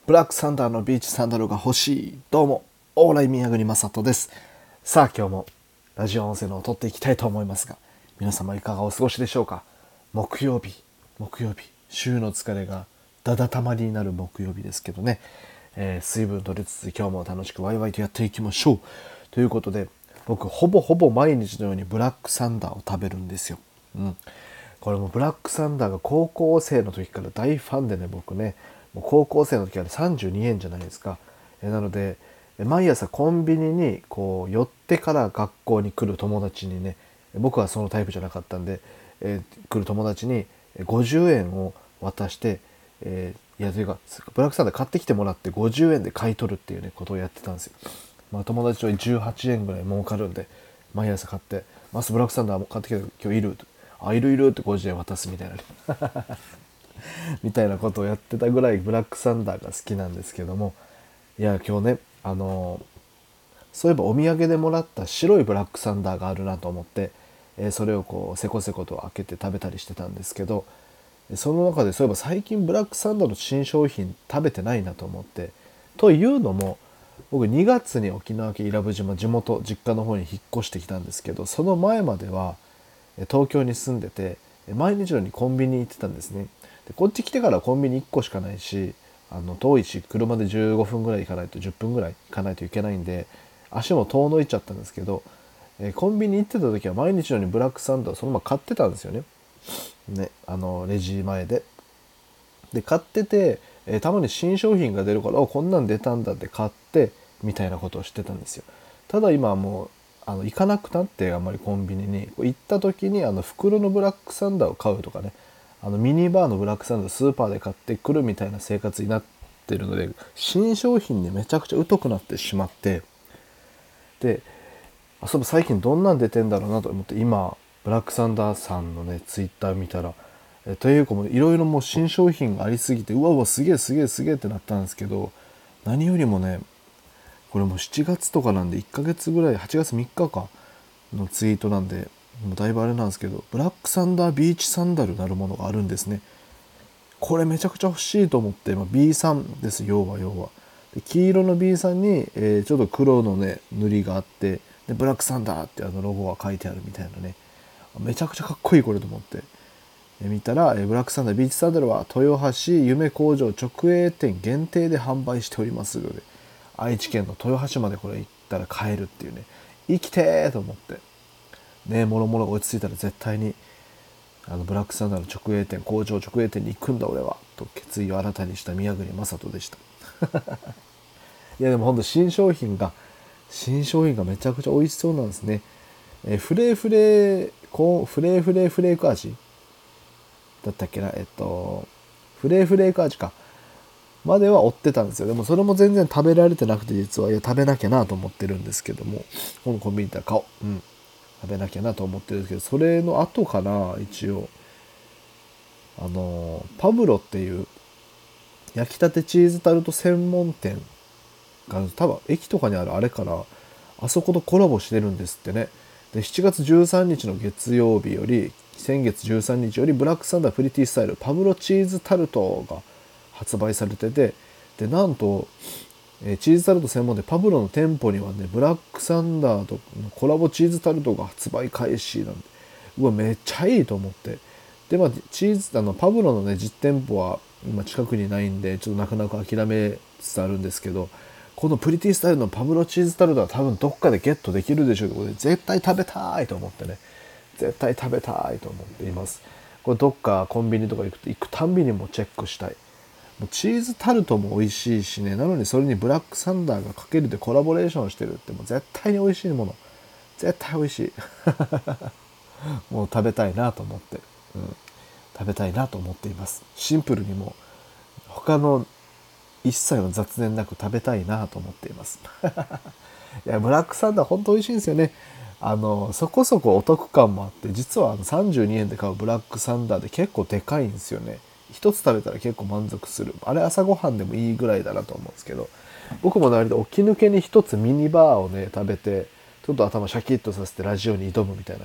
ブラックサンダーのビーチサンダルが欲しい。どうもオーライ宮国正人です。さあ今日もラジオ音声のを撮っていきたいと思いますが、皆様いかがお過ごしでしょうか。木曜日週の疲れがだだたまりになる木曜日ですけどね、水分取りつつ今日も楽しくワイワイとやっていきましょうということで、僕ほぼ毎日のようにブラックサンダーを食べるんですよ。これもブラックサンダーが高校生の時から大ファンでね、僕ね、もう高校生の時は32円じゃないですか。なので毎朝コンビニにこう寄ってから学校に来る友達にね、僕はそのタイプじゃなかったんで、来る友達に50円を渡して、いやというかブラックサンダー買ってきてもらって50円で買い取るっていうねことをやってたんですよ。友達と18円ぐらい儲かるんで、毎朝買って「マスブラックサンダー買ってきたけど今日いる?」と「あ、いるいる」って50円渡すみたいなねみたいなことをやってたぐらいブラックサンダーが好きなんですけども、いや今日ね、そういえばお土産でもらった白いブラックサンダーがあるなと思って、それをこうせこせこと開けて食べたりしてたんですけど、その中でそういえば最近ブラックサンダーの新商品食べてないなと思って、というのも僕2月に沖縄県伊良部島実家の方に引っ越してきたんですけど、その前までは東京に住んでて毎日のようにコンビニ行ってたんですね。でこっち来てからコンビニ1個しかないし、遠いし車で15分ぐらい行かないと10分ぐらい行かないといけないんで足も遠のいちゃったんですけど、コンビニ行ってた時は毎日のようにブラックサンダーをそのまま買ってたんですよね。レジ前で買ってて、たまに新商品が出るからこんなん出たんだって買ってみたいなことをしてたんですよ。ただ今はもう行かなくなって、あんまりコンビニに行った時に袋のブラックサンダーを買うとかね、ミニバーのブラックサンダースーパーで買ってくるみたいな生活になってるので、新商品にめちゃくちゃ疎くなってしまって、で最近どんなん出てんだろうなと思って今ブラックサンダーさんのねツイッター見たら、というかもういろいろもう新商品がありすぎてうわすげえってなったんですけど、何よりもねこれもう7月とかなんで1ヶ月ぐらい、8月3日かのツイートなんでもうだいぶあれなんですけど、ブラックサンダービーチサンダルなるものがあるんですね。これめちゃくちゃ欲しいと思って、B さんです要はで黄色の B さんに、ちょっと黒のね塗りがあって、でブラックサンダーってロゴが書いてあるみたいなね、めちゃくちゃかっこいいこれと思って見たら、ブラックサンダービーチサンダルは豊橋夢工場直営店限定で販売しておりますので、愛知県の豊橋までこれ行ったら買えるっていうね、生きてーと思ってね、もろもろが落ち着いたら絶対にブラックサンダーの直営店工場直営店に行くんだ俺はと決意を新たにした宮国正人でした。いやでもほんと新商品がめちゃくちゃ美味しそうなんですね。フレーフレーク味だったっけな、フレーク味かまでは追ってたんですよ。でもそれも全然食べられてなくて、実はいや食べなきゃなと思ってるんですけども、このコンビニ行ったら買おう、食べなきゃなと思ってるんですけど、それの後かな、一応パブロっていう焼きたてチーズタルト専門店が多分駅とかにあるあれから、あそことコラボしてるんですってね。で7月13日の月曜日より、先月13日よりブラックサンダープリティスタイルパブロチーズタルトが発売されてて、でなんと、チーズタルト専門店パブロの店舗にはねブラックサンダーとのコラボチーズタルトが発売開始なんで、うわめっちゃいいと思って、でチーズパブロのね実店舗は今近くにないんでちょっとなかなか諦めつつあるんですけど、このプリティスタイルのパブロチーズタルトは多分どっかでゲットできるでしょうということで、絶対食べたいと思ってね、絶対食べたいと思っています。これどっかコンビニとか行くたんびにもチェックしたい。もうチーズタルトも美味しいしね、なのにそれにブラックサンダーがかけるでコラボレーションしてるってもう絶対に美味しいもの、絶対美味しいもう食べたいなと思って、食べたいなと思っています。シンプルにも他の一切の雑念なく食べたいなと思っていますいやブラックサンダー本当美味しいんですよね。そこそこお得感もあって、実は32円で買うブラックサンダーで結構でかいんですよね。一つ食べたら結構満足する、あれ朝ごはんでもいいぐらいだなと思うんですけど、僕も割と起き抜けに一つミニバーをね食べてちょっと頭シャキッとさせてラジオに挑むみたいなね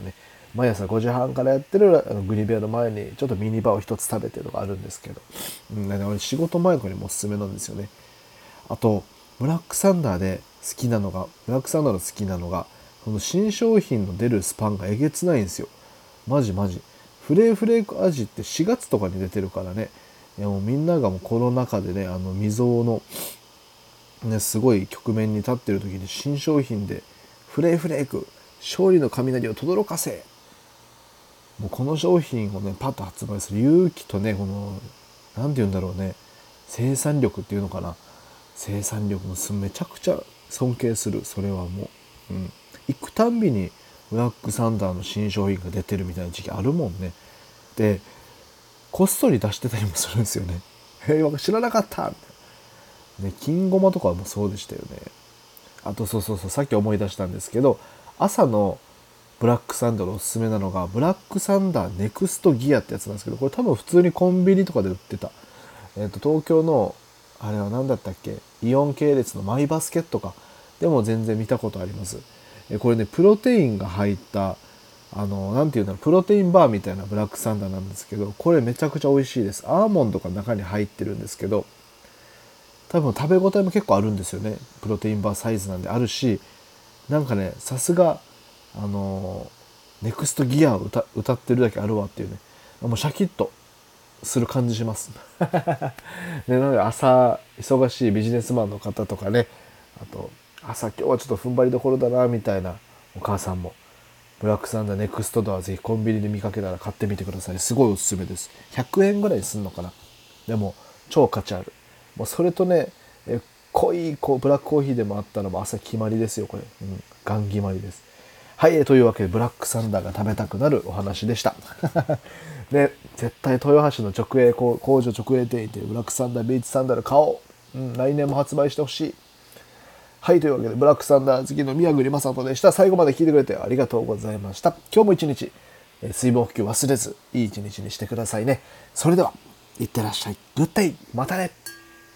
毎朝5時半からやってるグニベアの前にちょっとミニバーを一つ食べてとかあるんですけど、俺仕事前にもおすすめなんですよね。あとブラックサンダーで好きなのがこの新商品の出るスパンがえげつないんですよ。マジフレーク味って4月とかに出てるからね。いやもうみんながもうコロナ禍でね未曾有のねすごい局面に立ってる時に新商品でフレーク勝利の雷を轟かせ、もうこの商品をねパッと発売する勇気とね、このなんて言うんだろうね、生産力っていうのかな、生産力もめちゃくちゃ尊敬する。それはもう、行くたんびにブラックサンダーの新商品が出てるみたいな時期あるもんね。でこっそり出してたりもするんですよね。知らなかったみたいなね。金ごまとかもそうでしたよね。あとそうさっき思い出したんですけど、朝のブラックサンダーのおすすめなのがブラックサンダーネクストギアってやつなんですけど、これ多分普通にコンビニとかで売ってた、東京のあれは何だったっけ、イオン系列のマイバスケットかでも全然見たことあります。これねプロテインが入ったなんていうんだろう、プロテインバーみたいなブラックサンダーなんですけど、これめちゃくちゃ美味しいです。アーモンドが中に入ってるんですけど、多分食べ応えも結構あるんですよね。プロテインバーサイズなんであるし、なんかねさすがネクストギアを歌ってるだけあるわっていうね、もうシャキッとする感じしますでなので朝忙しいビジネスマンの方とかね、あと朝今日はちょっと踏ん張りどころだなみたいなお母さんもブラックサンダーネクストドアぜひコンビニで見かけたら買ってみてください。すごいおすすめです。100円ぐらいすんのかな。でも超価値ある。もうそれとね濃いブラックコーヒーでもあったのも朝決まりですよこれ、ガン決まりです。はい、というわけでブラックサンダーが食べたくなるお話でしたで絶対豊橋の直営工場直営店にてブラックサンダービーチサンダル買おう、来年も発売してほしい。はい、というわけでブラックサンダー好きの宮栗正人でした。最後まで聞いてくれてありがとうございました。今日も一日水分補給忘れずいい一日にしてくださいね。それではいってらっしゃい。グッデイ、またね。